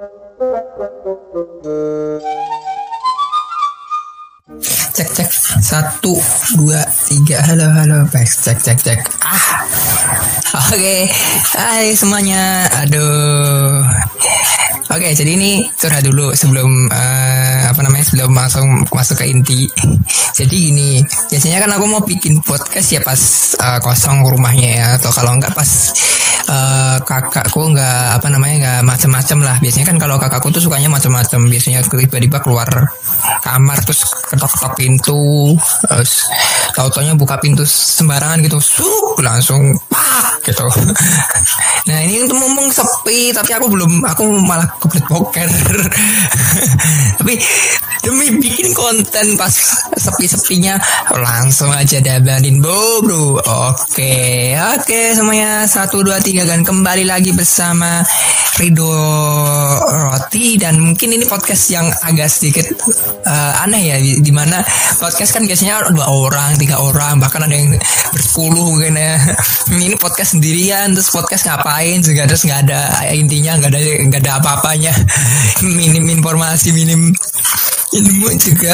Cek cek 1 2 3 halo cek. Oke. Hai semuanya. Aduh. Oke, jadi ini curhat dulu sebelum sebelum masuk ke inti. Jadi gini, biasanya kan aku mau bikin podcast ya pas kosong rumahnya ya, atau kalau enggak pas kakakku enggak macam-macam lah. Biasanya kan kalau kakakku tuh sukanya macam-macam. Biasanya tiba-tiba keluar kamar terus ketok-ketok pintu, terus tau-taunya buka pintu sembarangan gitu, langsung pak gitu. Nah ini untuk ngomong sepi, tapi aku malah kebelet poker. Tapi demi bikin konten pas sepi-sepinya langsung aja dabanin bro. Oke semuanya 1 2 3 kan kembali lagi bersama Rido Roti, dan mungkin ini podcast yang agak sedikit aneh ya, dimana podcast kan biasanya 2 orang 3 orang, bahkan ada yang bersepuluh mungkin ya. Ini podcast sendirian, terus podcast ngapain juga, terus nggak ada intinya, nggak ada apa-apanya, minim informasi, minim ilmu juga.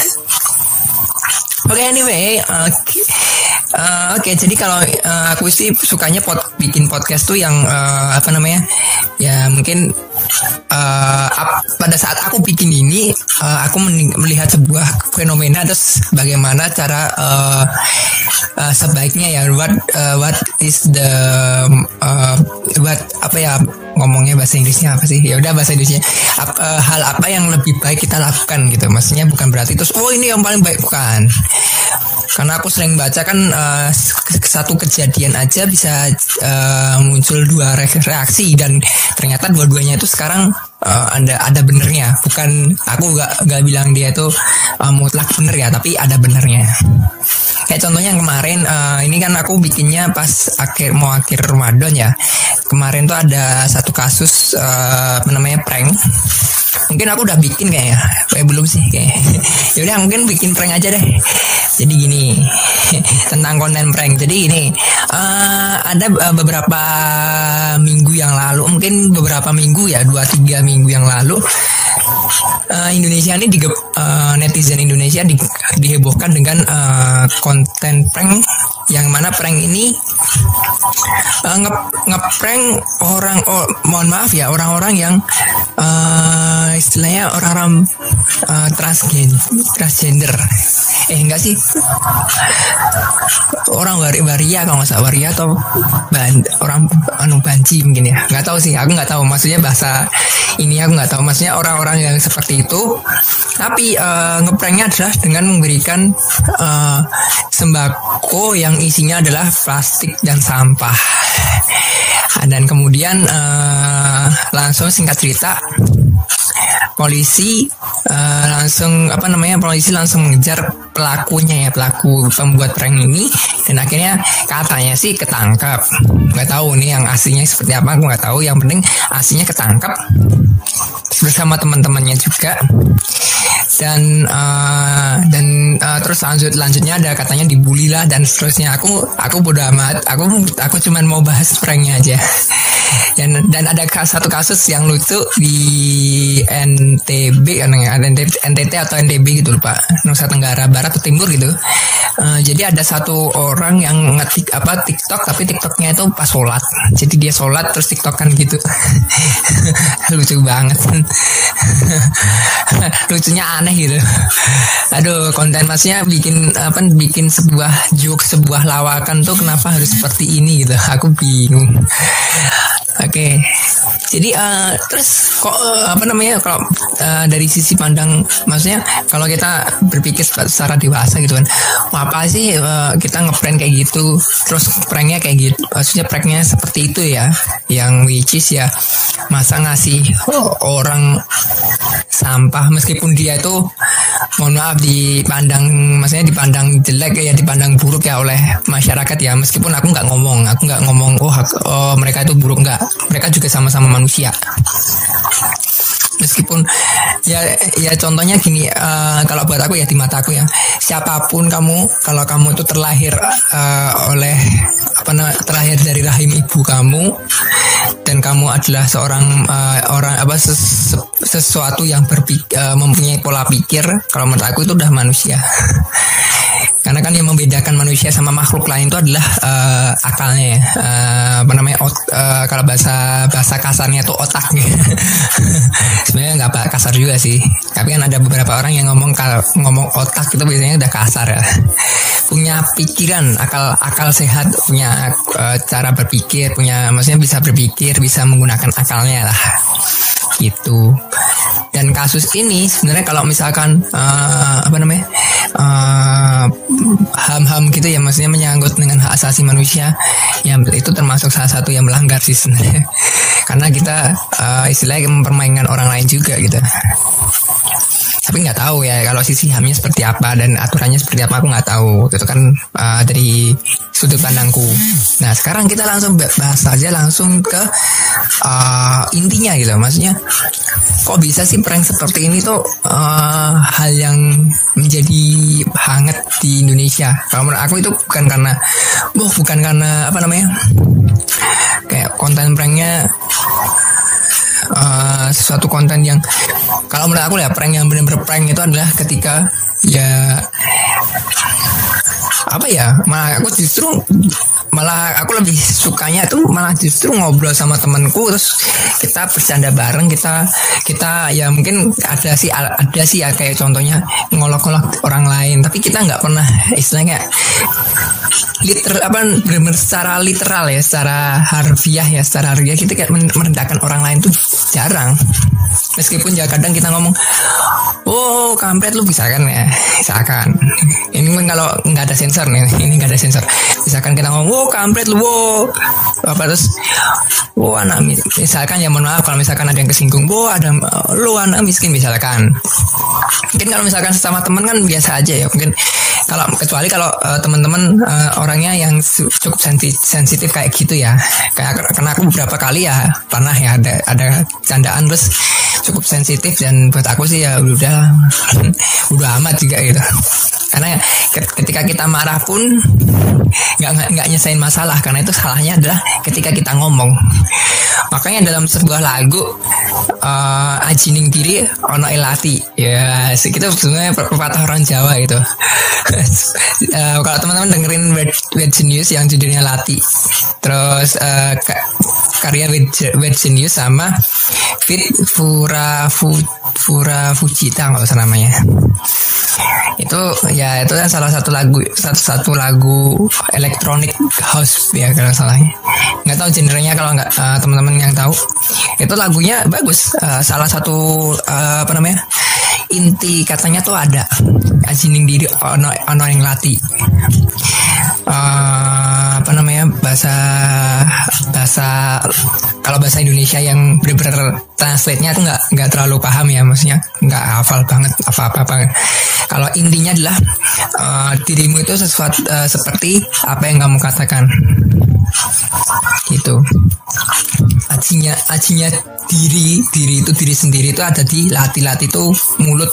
Oke, anyway, oke, jadi kalau aku sih sukanya bikin podcast tuh yang ya mungkin pada saat aku bikin ini aku melihat sebuah fenomena, terus bagaimana cara sebaiknya ya, what is the ngomongnya bahasa Inggrisnya apa sih? Ya udah bahasa Inggrisnya. Hal apa yang lebih baik kita lakukan gitu. Maksudnya bukan berarti terus ini yang paling baik, bukan. Karena aku sering baca kan satu kejadian aja bisa muncul 2 reaksi, dan ternyata dua-duanya itu sekarang ada benernya. Bukan, aku gak bilang dia itu mutlak bener ya, tapi ada benernya. Kayak contohnya yang kemarin, ini kan aku bikinnya pas akhir Ramadan ya. Kemarin tuh ada satu kasus prank. Mungkin aku udah bikin kayaknya, belum sih kayaknya. Ya udah mungkin bikin prank aja deh. Jadi gini, tentang konten prank. Jadi gini, ada beberapa minggu yang lalu, mungkin beberapa minggu ya, 2-3 minggu yang lalu, Indonesia ini netizen Indonesia dihebohkan dengan konten prank, yang mana prank ini ngeprank orang-orang yang istilahnya orang-orang transgender. Enggak sih, orang waria kalau nggak salah, waria atau orang banci mungkin ya, nggak tahu sih, aku nggak tahu maksudnya bahasa ini, aku nggak tahu maksudnya orang-orang yang seperti itu. Tapi ngepranknya adalah dengan memberikan sembako yang isinya adalah plastik dan sampah. Dan kemudian langsung singkat cerita, polisi langsung mengejar pelakunya ya, pelaku pembuat prank ini, dan akhirnya katanya sih ketangkap. Nggak tahu nih yang aslinya seperti apa, aku nggak tahu. Yang penting aslinya ketangkap bersama teman-temannya juga. Dan terus lanjutnya ada katanya dibully lah dan seterusnya. Aku bodo amat, aku cuman mau bahas pranknya aja. Dan ada satu kasus yang lucu di NTB kan, NTT atau NTB gitu lupa, Nusa Tenggara Barat atau Timur gitu. Jadi ada satu orang yang ngetik TikTok, tapi TikToknya itu pas sholat. Jadi dia sholat terus TikTokan gitu. Lucu banget. Lucunya aneh gitu. Aduh, konten maksudnya bikin sebuah joke, sebuah lawakan tuh kenapa harus seperti ini gitu. Aku bingung. Oke. Jadi terus kok kalau dari sisi pandang, maksudnya kalau kita berpikir secara dewasa gitu kan, apa sih kita ngeprank kayak gitu, terus pranknya kayak gitu, maksudnya pranknya seperti itu ya, yang which is ya, masa ngasih orang sampah meskipun dia itu mohon maaf dipandang jelek ya, dipandang buruk ya oleh masyarakat ya, meskipun aku nggak ngomong mereka itu buruk, nggak, mereka juga sama-sama manusia. Meskipun ya contohnya gini, kalau buat aku ya, di mata aku ya, siapapun kamu, kalau kamu itu terlahir terlahir dari rahim ibu kamu, dan kamu adalah seorang sesuatu yang mempunyai pola pikir, kalau menurut aku itu udah manusia. Karena kan yang membedakan manusia sama makhluk lain itu adalah akalnya ya. Kalau bahasa kasarnya itu otaknya. Sebenarnya nggak kasar juga sih. Tapi kan ada beberapa orang yang ngomong otak itu biasanya udah kasar ya. Punya pikiran, akal sehat, punya cara berpikir, maksudnya bisa berpikir, bisa menggunakan akalnya lah. Gitu. Dan kasus ini sebenarnya kalau misalkan ham-ham gitu ya, maksudnya menyangkut dengan hak asasi manusia, ya itu termasuk salah satu yang melanggar sih sebenarnya. Karena kita istilahnya mempermainkan orang lain juga gitu. Tapi nggak tahu ya kalau sisi HAM-nya seperti apa dan aturannya seperti apa, aku nggak tahu. Itu kan dari sudut pandangku. Nah sekarang kita langsung bahas aja langsung ke intinya gitu. Maksudnya kok bisa sih prank seperti ini tuh hal yang menjadi hangat di Indonesia. Kalau menurut aku itu bukan karena kayak konten pranknya sesuatu konten yang, kalau menurut aku ya prank yang benar-benar prank itu adalah ketika malah aku lebih sukanya tuh malah justru ngobrol sama temanku, terus kita bercanda bareng, kita ya mungkin ada sih ya kayak contohnya ngolok-ngolok orang lain, tapi kita nggak pernah istilahnya benar-benar secara literal ya, secara harfiah kita kayak merendahkan orang lain tuh jarang. Meskipun ya kadang kita ngomong, oh kampret lu, misalkan ya, ini kan kalau nggak ada sensor nih, ini nggak ada sensor, misalkan kita ngomong, oh kampret lu, terus anak misalkan, ya mohon maaf kalau misalkan ada yang kesinggung, lu anak miskin misalkan. Mungkin kalau misalkan sesama teman kan biasa aja ya, mungkin kecuali kalau teman-teman orangnya yang cukup sensitif kayak gitu ya, karena aku beberapa kali ya pernah ya ada candaan terus cukup sensitif, dan buat aku sih ya udah amat juga gitu. Karena ketika kita marah pun nggak nyesain masalah, karena itu salahnya adalah ketika kita ngomong. Makanya dalam sebuah lagu ajining diri ono elati, ya itu sebenarnya pepatah orang Jawa gitu. Kalau teman-teman dengerin Weird Genius yang judulnya Lati, terus karya Weird Genius sama Fit Fujita nggak usah namanya. Itu kan salah satu lagu electronic house ya kalau salahnya. Nggak tahu genrenya, kalau nggak teman-teman yang tahu, itu lagunya bagus. Salah satu inti katanya tuh ada ajining diri ono yang lati. Bahasa Indonesia yang bener-bener translate-nya aku nggak terlalu paham ya, maksudnya nggak hafal banget apa-apa. Kalau intinya adalah dirimu itu seperti apa yang kamu katakan gitu. Ajinya diri itu diri sendiri itu ada di lati itu mulut,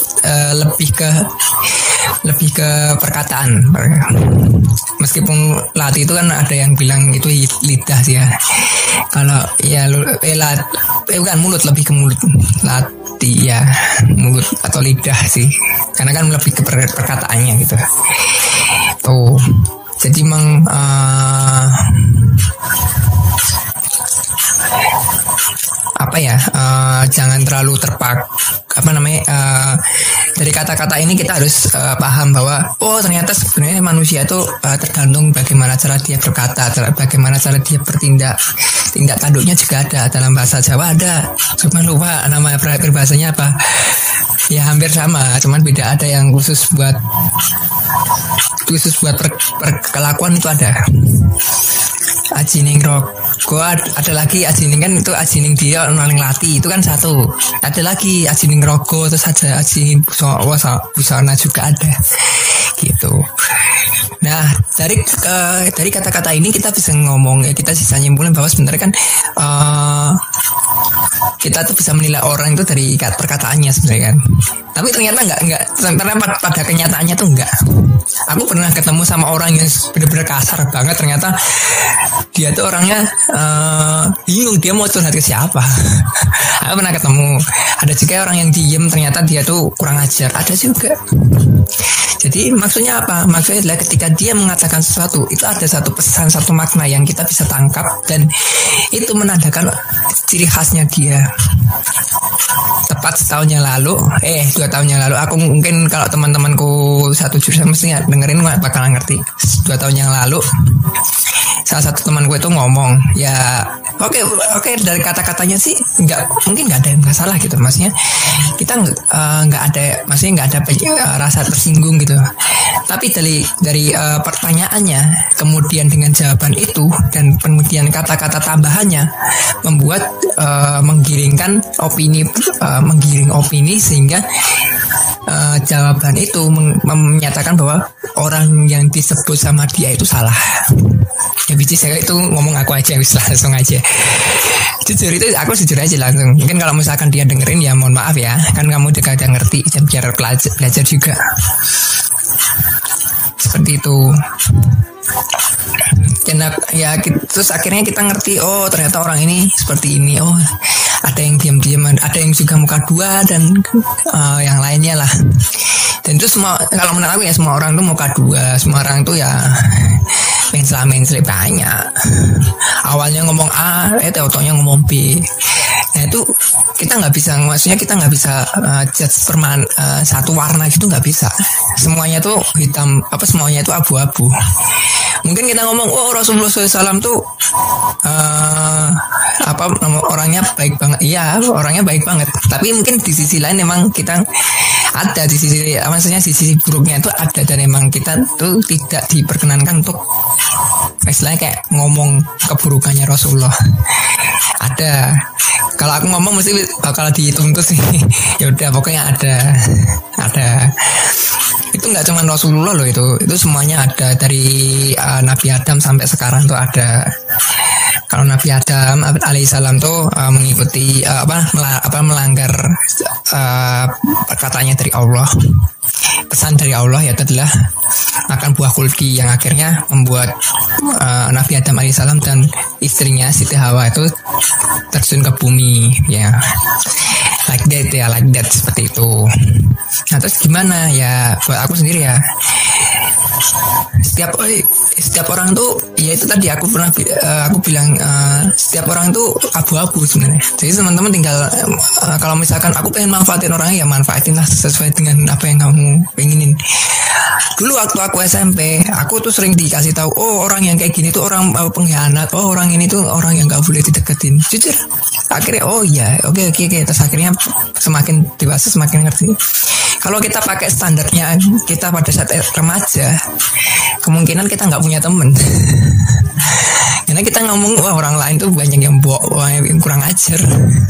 lebih ke perkataan. Meskipun lati itu kan ada yang bilang itu lidah sih ya. Kalau ya bukan mulut, lebih ke mulut. Lati ya mulut atau lidah sih. Karena kan lebih ke perkataannya gitu. Tuh. Jadi jangan terlalu dari kata-kata ini kita harus paham bahwa ternyata sebenarnya manusia itu tergantung bagaimana cara dia berkata, bagaimana cara dia bertindak. Tindak tanduknya juga ada, dalam bahasa Jawa ada, cuman lupa nama berbahasanya apa. Ya hampir sama, cuman beda, ada yang khusus buat perkelakuan itu ada. Ajining rogo, ada lagi ajining, kan itu ajining dia noling lati, itu kan satu. Ada lagi ajining rogo, terus ada ajining busana juga ada gitu. Nah dari kata-kata ini kita bisa ngomong ya, kita bisa nyimpulin bahwa sebenarnya kan kita tuh bisa menilai orang itu dari perkataannya sebenarnya kan. Tapi ternyata enggak. Ternyata pada kenyataannya tuh enggak. Aku pernah ketemu sama orang yang benar-benar kasar banget. Ternyata dia tuh orangnya bingung dia mau curhat ke siapa. Aku pernah ketemu. Ada juga orang yang diem, ternyata dia tuh kurang ajar. Ada juga. Jadi maksudnya apa? Maksudnya adalah ketika dia mengatakan sesuatu, itu ada satu pesan, satu makna yang kita bisa tangkap, dan itu menandakan ciri khasnya dia. Tepat 2 tahun yang lalu, aku mungkin kalau teman-temanku satu jurusan mestinya dengerin nggak bakalan ngerti. 2 tahun yang lalu salah satu temanku itu ngomong, ya oke, dari kata-katanya sih mungkin nggak ada yang masalah gitu, maksudnya kita nggak ada rasa tersinggung gitu. Tapi dari pertanyaannya, kemudian dengan jawaban itu dan kemudian kata-kata tambahannya membuat menggiring opini sehingga jawaban itu menyatakan bahwa orang yang disebut sama dia itu salah. Ya biji saya itu ngomong aku aja langsung aja. Aku jujur aja langsung. Mungkin kalau misalkan dia dengerin ya mohon maaf ya, kan kamu udah ngerti dan biar belajar juga. Seperti itu. Dan ya terus akhirnya kita ngerti, oh ternyata orang ini seperti ini. Oh ada yang diam-diam, ada yang juga muka 2 dan yang lainnya lah. Dan itu semua, kalau menurut aku ya semua orang tuh muka 2, semua orang tuh ya mensela-mensela banyak. Awalnya ngomong A, taunya ngomong B. Nah itu kita nggak bisa, maksudnya kita nggak bisa judge satu warna gitu, nggak bisa. Semuanya tuh hitam, semuanya itu abu-abu. Mungkin kita ngomong, Rasulullah SAW tuh orangnya baik banget. Iya, orangnya baik banget. Tapi mungkin di sisi lain memang kita ada di sisi, maksudnya di sisi buruknya itu ada, dan memang kita tuh tidak diperkenankan untuk istilahnya kayak ngomong keburukannya Rasulullah. Ada. Kalau aku ngomong mesti bakal dituntut sih. Ya udah pokoknya ada. Itu nggak cuma Rasulullah loh, itu semuanya ada, dari Nabi Adam sampai sekarang tuh ada. Kalau Nabi Adam alaihissalam tuh mengikuti melanggar perkataannya dari Allah, pesan dari Allah, yaitu adalah makan buah kuldi, yang akhirnya membuat Nabi Adam alaihissalam dan istrinya Siti Hawa itu terjun ke bumi, ya. Like that, seperti itu. Nah terus gimana ya buat aku sendiri ya, setiap orang tuh, ya itu tadi aku bilang setiap orang tuh abu-abu sebenarnya. Jadi teman-teman tinggal kalau misalkan aku pengen manfaatin orangnya, ya manfaatin lah sesuai dengan apa yang kamu pengenin. Dulu waktu aku SMP, aku tuh sering dikasih tahu, orang yang kayak gini tuh orang pengkhianat, orang ini tuh orang yang gak boleh dideketin. Jujur, akhirnya oke. Terus akhirnya semakin dewasa semakin ngerti. Kalau kita pakai standarnya kita pada saat remaja, kemungkinan kita nggak punya temen. Karena kita ngomong, orang lain tuh banyak yang yang kurang ajar.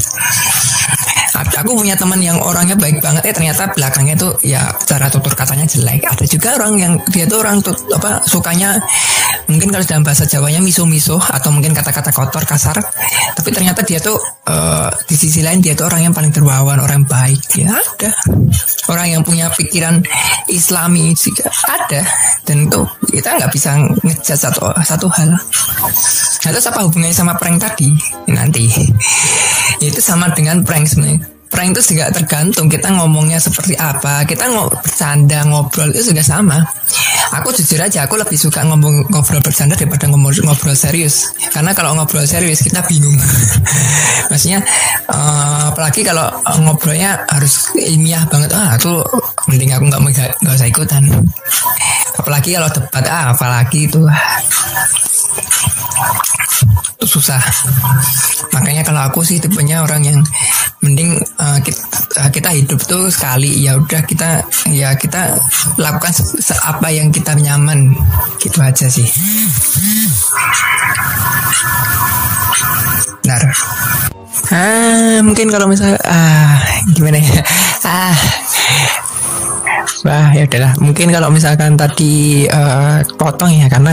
Aku punya teman yang orangnya baik banget, ternyata belakangnya tuh ya cara tutur katanya jelek. Ada juga orang yang dia tuh orang sukanya mungkin kalau dalam bahasa Jawanya miso-miso, atau mungkin kata-kata kotor kasar. Tapi ternyata dia tuh di sisi lain dia tuh orang yang paling dermawan, orang yang baik. Ya ada. Orang yang punya pikiran Islami juga ada. Dan tuh kita nggak bisa ngejudge satu hal. Nah, terus apa hubungannya sama prank tadi? Nanti itu sama dengan prank sebenarnya. Prank itu juga tergantung kita ngomongnya seperti apa. Kita bercanda, ngobrol itu juga sama. Aku jujur aja, aku lebih suka ngobrol bercanda daripada ngobrol serius. Karena kalau ngobrol serius kita bingung. Maksudnya apalagi kalau ngobrolnya harus ilmiah banget, itu mending aku nggak usah ikutan. Apalagi kalau debat, apalagi itu susah. Makanya kalau aku sih tipenya orang yang mending kita hidup tuh sekali, ya udah kita lakukan apa yang kita nyaman, gitu aja sih. Benar. Mungkin kalau misalnya gimana ya? Ya udahlah. Mungkin kalau misalkan tadi potong ya, karena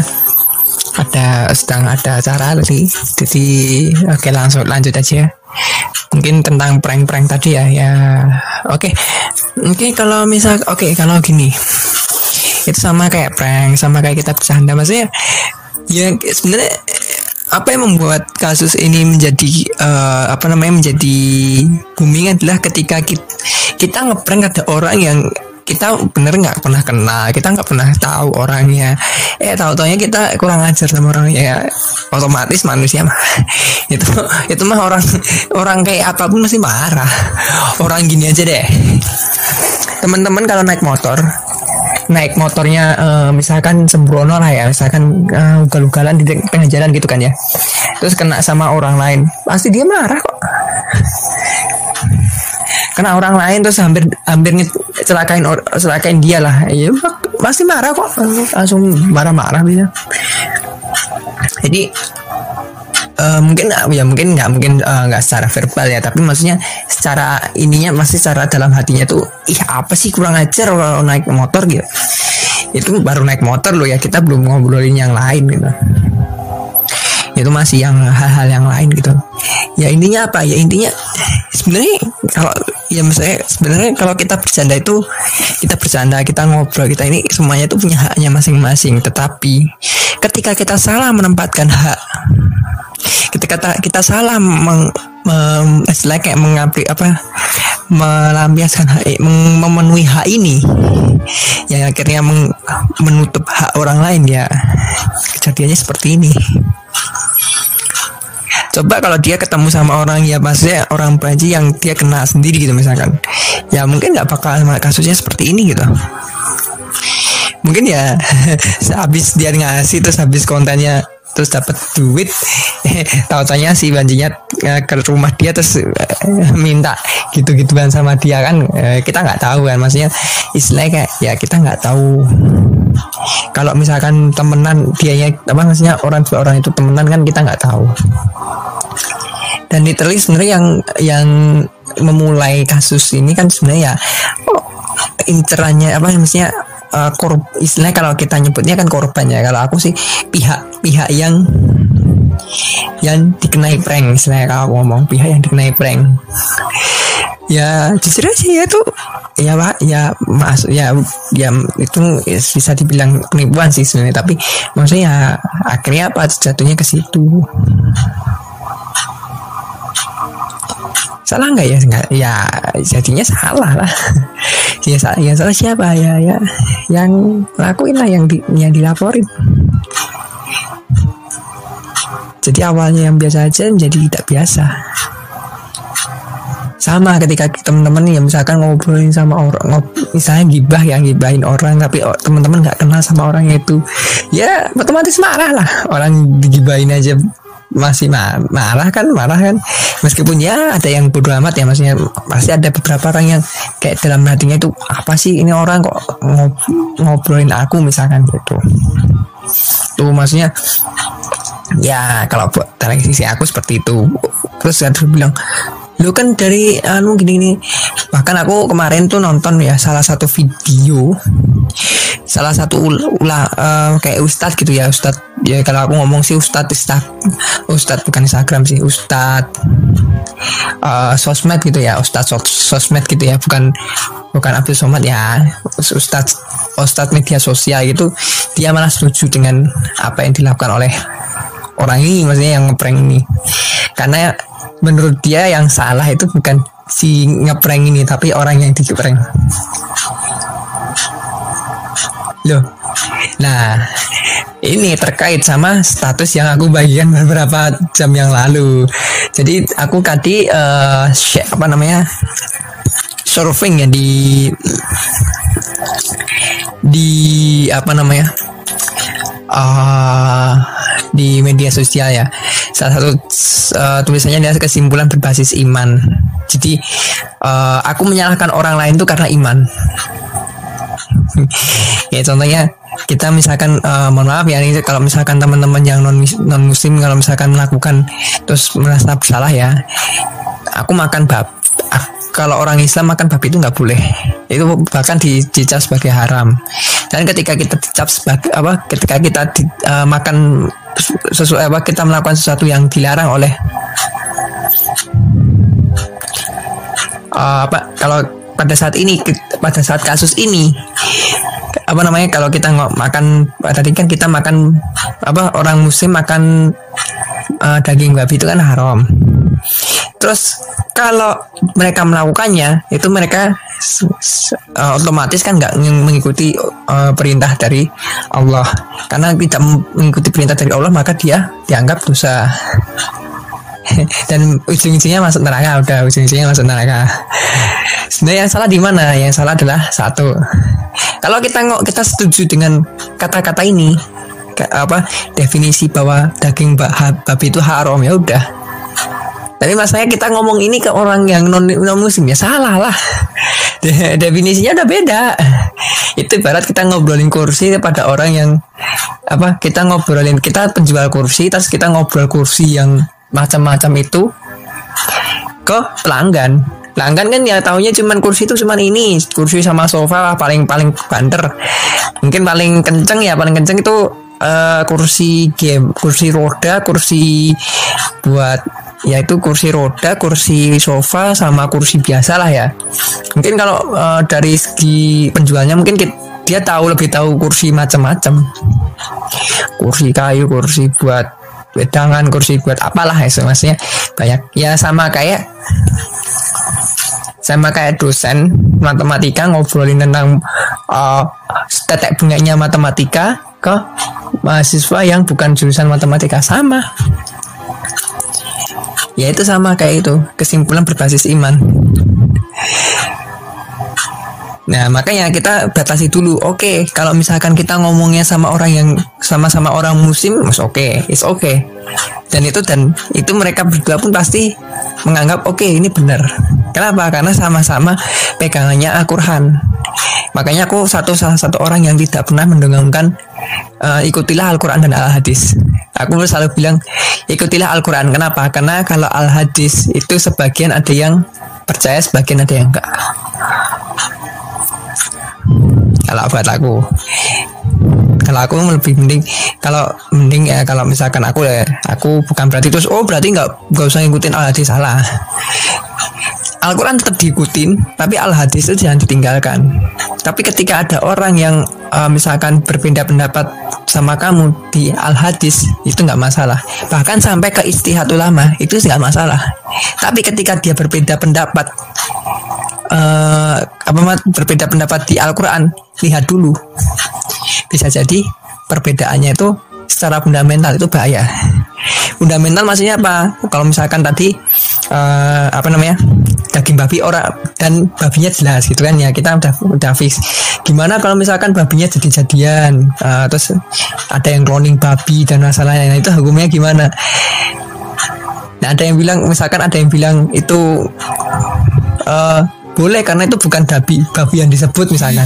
sedang ada acara tadi. Jadi oke, lanjut aja. mungkin tentang prank-prank tadi ya. Ya, oke. Kalau misal kalau gini, itu sama kayak prank, sama kayak kita bercanda, maksudnya ya sebenarnya apa yang membuat kasus ini menjadi menjadi booming adalah ketika kita ngeprank ada orang yang kita bener nggak pernah kenal, kita nggak pernah tahu orangnya, tahu-taunya kita kurang ajar sama orangnya, ya otomatis manusia mah itu mah orang kayak apapun masih marah. Orang gini aja deh, teman-teman kalau naik motornya misalkan sembrono lah ya, misalkan ugal-ugalan di tengah jalan gitu kan ya, terus kena sama orang lain, pasti dia marah kok. Kena orang lain terus hampir celakain dia lah, ya pasti marah kok, langsung marah-marah bisa. Jadi mungkin nggak secara verbal ya, tapi maksudnya secara ininya masih secara dalam hatinya tuh, apa sih kurang ajar kalau naik motor gitu. Itu baru naik motor loh ya, kita belum ngobrolin yang lain gitu. Itu masih yang hal-hal yang lain gitu. Ya intinya apa? Ya intinya sebenarnya kalau kita bercanda itu, kita ngobrol, kita ini semuanya itu punya haknya masing-masing. Tetapi ketika kita salah menempatkan hak, ketika kita salah melampiaskan hak, memenuhi hak ini, yang akhirnya menutup hak orang lain, ya kejadiannya seperti ini. Coba kalau dia ketemu sama orang, ya maksudnya orang Prancis yang dia kenal sendiri gitu misalkan, ya mungkin nggak bakal kasusnya seperti ini gitu. Mungkin ya habis dia ngasih, terus habis kontennya, terus dapat duit, tahu-taunya si banjinya ke rumah dia terus minta gitu-gituan sama dia kan, kita nggak tahu kan, maksudnya istilahnya kayak ya kita nggak tahu. Kalau misalkan temenan dianya maksudnya orang itu temenan kan, kita nggak tahu. Dan literally sebenarnya yang memulai kasus ini kan sebenarnya ya incerannya maksudnya istilahnya kalau kita nyebutnya kan korban ya. Kalau aku sih pihak yang dikenai prank, istilahnya kalau aku ngomong pihak yang dikenai prank. Ya jujur aja ya tuh ya pak, ya itu bisa dibilang penipuan sih sebenarnya, tapi maksudnya akhirnya apa jatuhnya ke situ. Salah nggak ya? Nggak, ya jadinya salah lah. Ya salah siapa ya yang lakuin lah, yang dilaporin. Jadi awalnya yang biasa aja menjadi tidak biasa. Sama ketika teman-teman ya misalkan ngobrolin sama orang, misalnya gibahin orang, tapi teman-teman nggak kenal sama orangnya itu, ya otomatis marah lah. Orang digibahin aja masih marah kan, meskipun ya ada yang bodo amat ya, maksudnya pasti ada beberapa orang yang kayak dalam hatinya itu, apa sih ini orang kok ngobrolin aku misalkan gitu. Tuh maksudnya ya kalau dari sisi aku seperti itu. Terus ada bilang, lu kan dari gini. Bahkan aku kemarin tuh nonton ya salah satu video, salah satu kayak ustadz gitu ya, ustadz ya, kalau aku ngomong sih ustadz bukan Instagram sih, ustadz sosmed gitu ya, ustadz sosmed gitu ya, bukan Abdul Somad ya, ustadz media sosial gitu. Dia malah setuju dengan apa yang dilakukan oleh orang ini, maksudnya yang ngeprank ini, karena menurut dia yang salah itu bukan si ngeprank ini, tapi orang yang digeprank. Loh, nah ini terkait sama status yang aku bagikan beberapa jam yang lalu. Jadi aku tadi surfing ya di media sosial ya. Salah satu tulisannya adalah kesimpulan berbasis iman. Jadi aku menyalahkan orang lain itu karena iman. Ya contohnya kita misalkan mohon maaf ya, ini kalau misalkan teman-teman yang non muslim kalau misalkan melakukan terus merasa bersalah ya, aku makan kalau orang Islam makan babi itu nggak boleh, itu bahkan dicap sebagai haram. Dan ketika kita dicap sebagai ketika kita makan sesuatu kita melakukan sesuatu yang dilarang oleh kalau pada saat kasus ini kalau kita makan tadi kan kita makan orang muslim makan daging babi itu kan haram. Terus kalau mereka melakukannya itu mereka otomatis kan nggak mengikuti perintah dari Allah. Karena tidak mengikuti perintah dari Allah maka dia dianggap dosa. Dan ujung-ujungnya masuk neraka. Sebenarnya yang salah di mana? Yang salah adalah satu. Kalau kita setuju dengan kata-kata ini, definisi bahwa daging babi itu haram, ya udah. Tapi masalahnya kita ngomong ini ke orang yang non muslim ya salah lah. Definisinya udah beda. Itu ibarat kita ngobrolin kursi kepada orang yang kita penjual kursi, terus kita ngobrol kursi yang macam-macam itu ke pelanggan. Pelanggan kan ya taunya cuman kursi itu cuman ini, kursi sama sofa paling banter. Mungkin paling kenceng itu kursi game, kursi roda, kursi buat yaitu kursi roda, kursi sofa sama kursi biasa lah ya. Mungkin kalau dari segi penjualnya mungkin dia lebih tahu kursi macam-macam. Kursi kayu, kursi buat wedangan, kursi buat apalah ya, maksudnya banyak. Ya sama kayak dosen matematika ngobrolin tentang tetek bengeknya matematika ke mahasiswa yang bukan jurusan matematika, sama. Ya itu sama kayak itu, kesimpulan berbasis iman. Nah makanya kita batasi dulu. Oke, kalau misalkan kita ngomongnya sama orang yang sama-sama orang muslim, it's okay. Dan itu mereka berdua pun pasti menganggap oke, ini benar. Kenapa? Karena sama-sama pegangannya Al-Quran. Makanya aku salah satu orang yang tidak pernah mendengungkan ikutilah Al-Quran dan Al-Hadis. Aku selalu bilang ikutilah Al-Quran. Kenapa? Karena kalau Al-Hadis itu sebagian ada yang percaya, sebagian ada yang enggak. Kalau buat aku lebih mending ya kalau misalkan aku bukan berarti terus berarti nggak usah ngikutin Al-Hadis, salah. Al-Quran tetap diikutin, tapi Al-Hadis itu jangan ditinggalkan. Tapi ketika ada orang yang misalkan berbeda pendapat sama kamu di Al-Hadis, itu nggak masalah. Bahkan sampai ke ijtihad ulama itu nggak masalah. Tapi ketika dia berbeda pendapat berbeda pendapat di Al-Quran, lihat dulu. Bisa jadi perbedaannya itu secara fundamental itu bahaya. Fundamental maksudnya apa? Kalau misalkan tadi daging babi dan babinya jelas gitu kan ya, kita udah fix. Gimana kalau misalkan babinya jadi-jadian, terus ada yang cloning babi dan masalahnya, nah itu hukumnya gimana? Nah ada yang bilang itu boleh karena itu bukan babi yang disebut misalkan.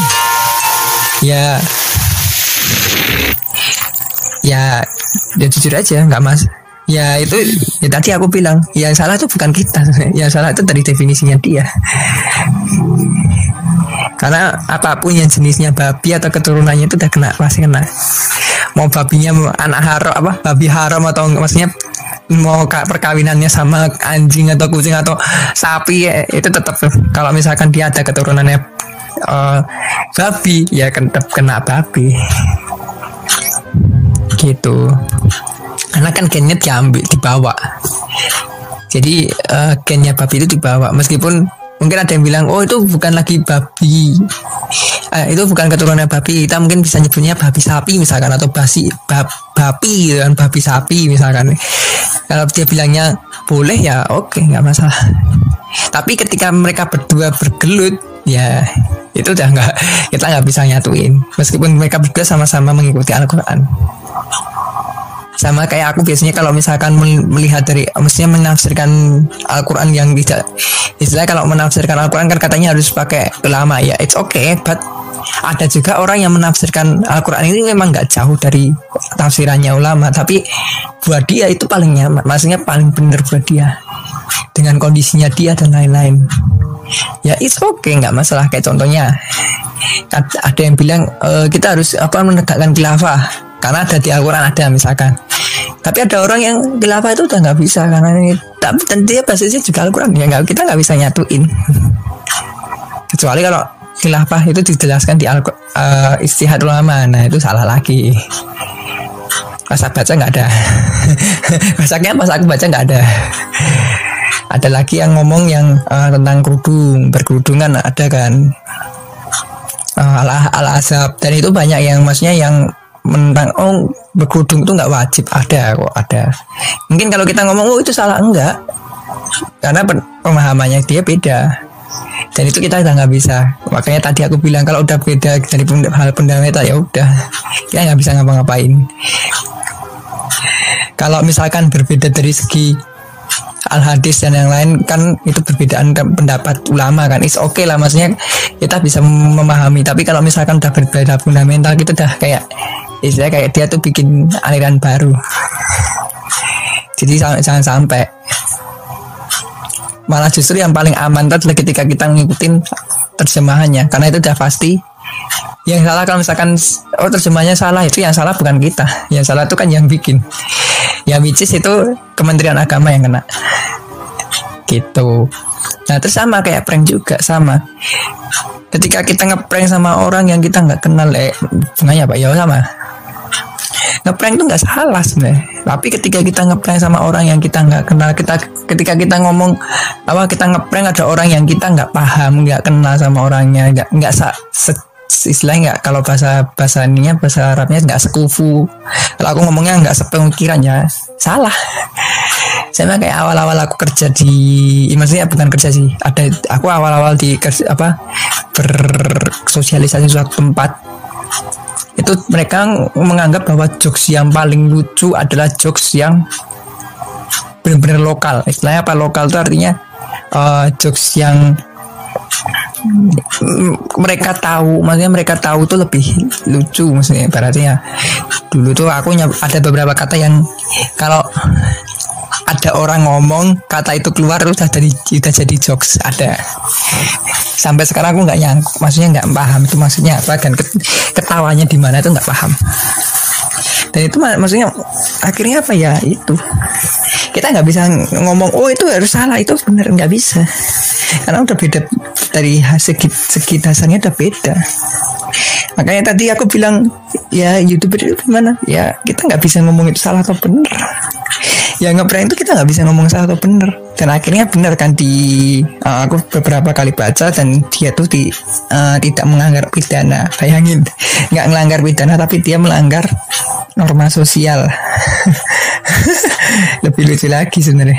Ya jujur aja nggak mas. Ya itu ya tadi aku bilang yang salah itu bukan kita, yang salah itu dari definisinya dia. Karena apapun yang jenisnya babi atau keturunannya itu udah pasti kena. Mau babinya anak haram babi haram atau maksudnya mau perkawinannya sama anjing atau kucing atau sapi ya, itu tetap kalau misalkan dia ada keturunannya babi ya tetap kena babi gitu. Karena kan gennya dibawa. Jadi gennya babi itu dibawa. Meskipun mungkin ada yang bilang itu bukan lagi babi, itu bukan keturunan babi, kita mungkin bisa nyebutnya babi sapi misalkan, atau babi dan babi sapi misalkan. Kalau dia bilangnya boleh ya oke, nggak masalah. Tapi ketika mereka berdua bergelut ya itu udah kita nggak bisa nyatuin. Meskipun mereka berdua sama-sama mengikuti Al-Quran. Sama kayak aku biasanya kalau misalkan melihat mestinya menafsirkan Al-Quran yang tidak, istilahnya kalau menafsirkan Al-Quran kan katanya harus pakai ulama ya, it's okay, but ada juga orang yang menafsirkan Al-Quran ini memang nggak jauh dari tafsirannya ulama, tapi buat dia itu paling nyaman, maksudnya paling benar buat dia dengan kondisinya dia dan lain-lain. Ya it's okay, nggak masalah. Kayak contohnya ada yang bilang kita harus menegakkan khilafah. karena ada di Al-Quran ada misalkan. Tapi ada orang yang khilafah itu udah nggak bisa karena ini, dan dia basisnya juga Al-Quran ya, kita nggak bisa nyatuin. Kecuali kalau khilafah itu dijelaskan di Ijtihad ulama, nah itu salah lagi. Pas aku baca nggak ada. Masaknya pas aku baca nggak ada. Ada lagi yang ngomong yang tentang berkerudungan ada kan, al-azab, dan itu banyak yang maksudnya yang tentang berkerudung itu nggak wajib, ada kok ada. Mungkin kalau kita ngomong itu salah, enggak, karena pemahamannya dia beda, dan itu kita udah nggak bisa. Makanya tadi aku bilang kalau udah beda dari hal fundamental ya udah kita nggak bisa ngapa-ngapain. Kalau misalkan berbeda dari segi al-hadis dan yang lain kan itu perbedaan pendapat ulama kan, it's okay lah, maksudnya kita bisa memahami. Tapi kalau misalkan udah berbeda fundamental, kita udah kayak istilahnya kayak dia tuh bikin aliran baru. Jadi jangan sampai, malah justru yang paling aman adalah ketika kita ngikutin terjemahannya, karena itu udah pasti. Yang salah kalau misalkan terjemahnya salah, itu yang salah bukan kita, yang salah itu kan yang bikin, ya which is itu Kementerian Agama yang kena gitu. Nah terus sama kayak prank juga, sama ketika kita ngeprank sama orang yang kita nggak kenal, bunganya apa ya, sama ngeprank itu nggak salah sebenarnya. Tapi ketika kita ngeprank sama orang yang kita nggak kenal, ketika kita ngomong kita ngeprank ada orang yang kita nggak paham, nggak kenal sama orangnya, nggak istilahnya nggak, kalau bahasa Arabnya nggak sekufu. Kalau aku ngomongnya nggak sepemikiran ya salah. Saya kayak awal-awal aku kerja maksudnya bukan kerja sih, aku awal-awal di bersosialisasi suatu tempat, itu mereka menganggap bahwa jokes yang paling lucu adalah jokes yang benar-benar lokal. Istilahnya apa lokal itu artinya jokes yang mereka tahu, maksudnya mereka tahu tuh lebih lucu, maksudnya ibaratnya dulu tuh aku ada beberapa kata yang kalau ada orang ngomong kata itu keluar udah jadi jokes, ada. Sampai sekarang aku nggak nyangkut, maksudnya nggak paham itu maksudnya apa, dan ketawanya di mana itu nggak paham. Dan itu maksudnya akhirnya apa ya, itu kita nggak bisa ngomong itu harus salah, itu benar, nggak bisa, karena udah beda dari segi dasarnya, udah beda. Makanya tadi aku bilang ya YouTuber itu gimana ya, kita nggak bisa ngomong itu salah atau benar. Ya ngeprank itu kita nggak bisa ngomong salah atau benar, dan akhirnya benar kan aku beberapa kali baca, dan dia tuh tidak melanggar pidana. Bayangin, nggak melanggar pidana tapi dia melanggar norma sosial. Lebih lucu lagi sebenarnya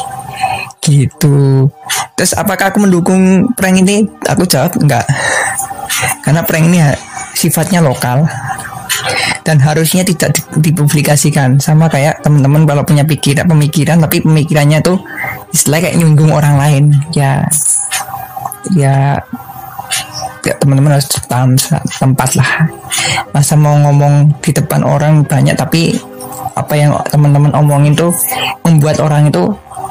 gitu. Terus apakah aku mendukung prank ini? Aku jawab enggak, karena prank ini sifatnya lokal dan harusnya tidak dipublikasikan. Sama kayak teman-teman kalau punya pemikiran tapi pemikirannya tuh istilahnya kayak nyinggung orang lain, ya teman-teman harus paham tempat lah. Masa mau ngomong di depan orang banyak tapi apa yang teman-teman omongin tuh membuat orang itu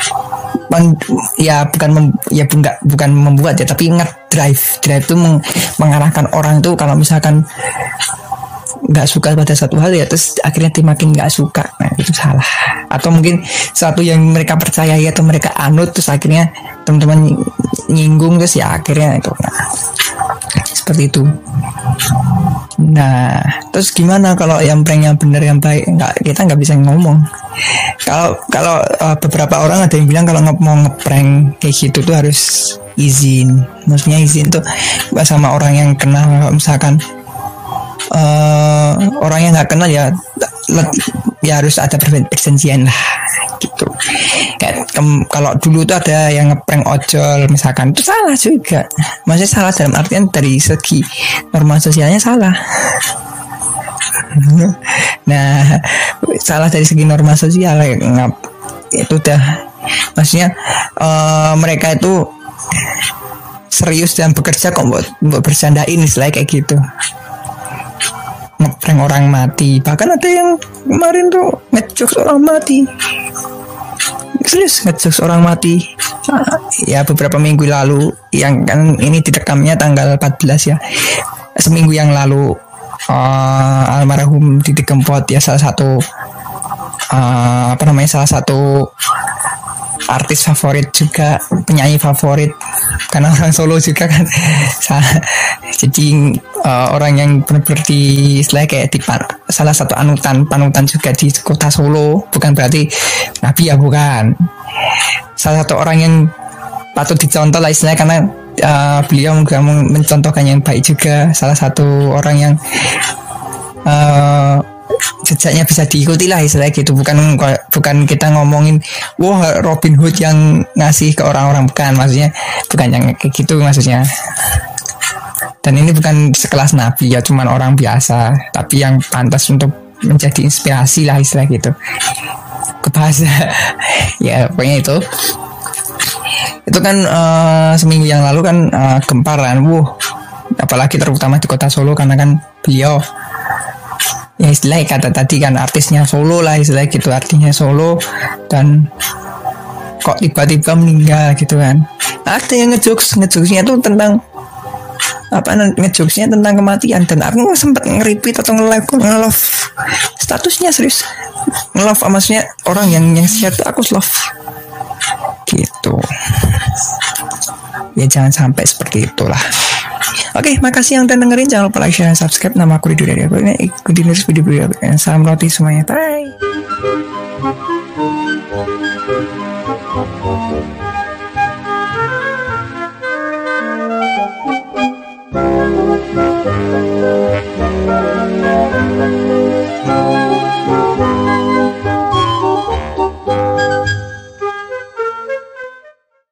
bukan membuat ya, tapi drive itu mengarahkan orang itu kalau misalkan nggak suka pada satu hal ya, terus akhirnya dia makin nggak suka. Nah itu salah. Atau mungkin satu yang mereka percayai atau mereka anut, terus akhirnya teman-teman nyinggung, terus ya akhirnya itu seperti itu. Nah terus gimana kalau yang prank yang benar yang baik? Kita nggak bisa ngomong. Kalau beberapa orang ada yang bilang kalau mau ngeprank kayak gitu tuh harus izin. Maksudnya izin tuh sama orang yang kenal. Misalkan orang yang nggak kenal ya harus ada perjanjian lah gitu. Kayak kalau dulu tuh ada yang ngeprank ojol misalkan, itu salah juga. Maksudnya salah dalam artian dari segi norma sosialnya salah. Nah salah dari segi norma sosial itu udah, maksudnya mereka itu serius dan bekerja kok buat bercandain istilahnya kayak gitu, ngeprank orang mati. Bahkan ada yang kemarin tuh ngejokes orang mati, serius ngejokes orang mati. Ya beberapa minggu lalu, yang kan ini direkamnya tanggal 14 ya, seminggu yang lalu almarhum Didi Kempot ya, salah satu salah satu artis favorit juga, penyanyi favorit karena orang Solo juga kan. Jadi orang yang benar-benar kayak salah satu panutan juga di kota Solo. Bukan berarti nabi ya, bukan. Salah satu orang yang patut dicontoh lah istilahnya, karena beliau juga mencontohkan yang baik juga. Salah satu orang yang jejaknya bisa diikuti lah istilahnya gitu. Bukan kita ngomongin wah Robin Hood yang ngasih ke orang-orang, bukan, maksudnya bukan yang kayak gitu maksudnya. Dan ini bukan sekelas nabi ya, cuman orang biasa tapi yang pantas untuk menjadi inspirasi lah istilah gitu ke bahasa. Ya pokoknya itu kan seminggu yang lalu kan gempar kan, apalagi terutama di kota Solo karena kan beliau ya istilahnya kata tadi kan artisnya Solo lah istilahnya gitu, artinya Solo, dan kok tiba-tiba meninggal gitu kan. Ada yang ngejokesnya tuh tentang ngejokesnya tentang kematian, dan aku sempat nge-repeat atau nge-love statusnya, serius nge-love, maksudnya orang yang share tuh aku love gitu ya. Jangan sampai seperti itulah. Oke, makasih yang udah dengerin. Jangan lupa like, share, dan subscribe. Nama aku Ridho dari aku ini. Ikuti terus video-video. Salam roti semuanya. Bye.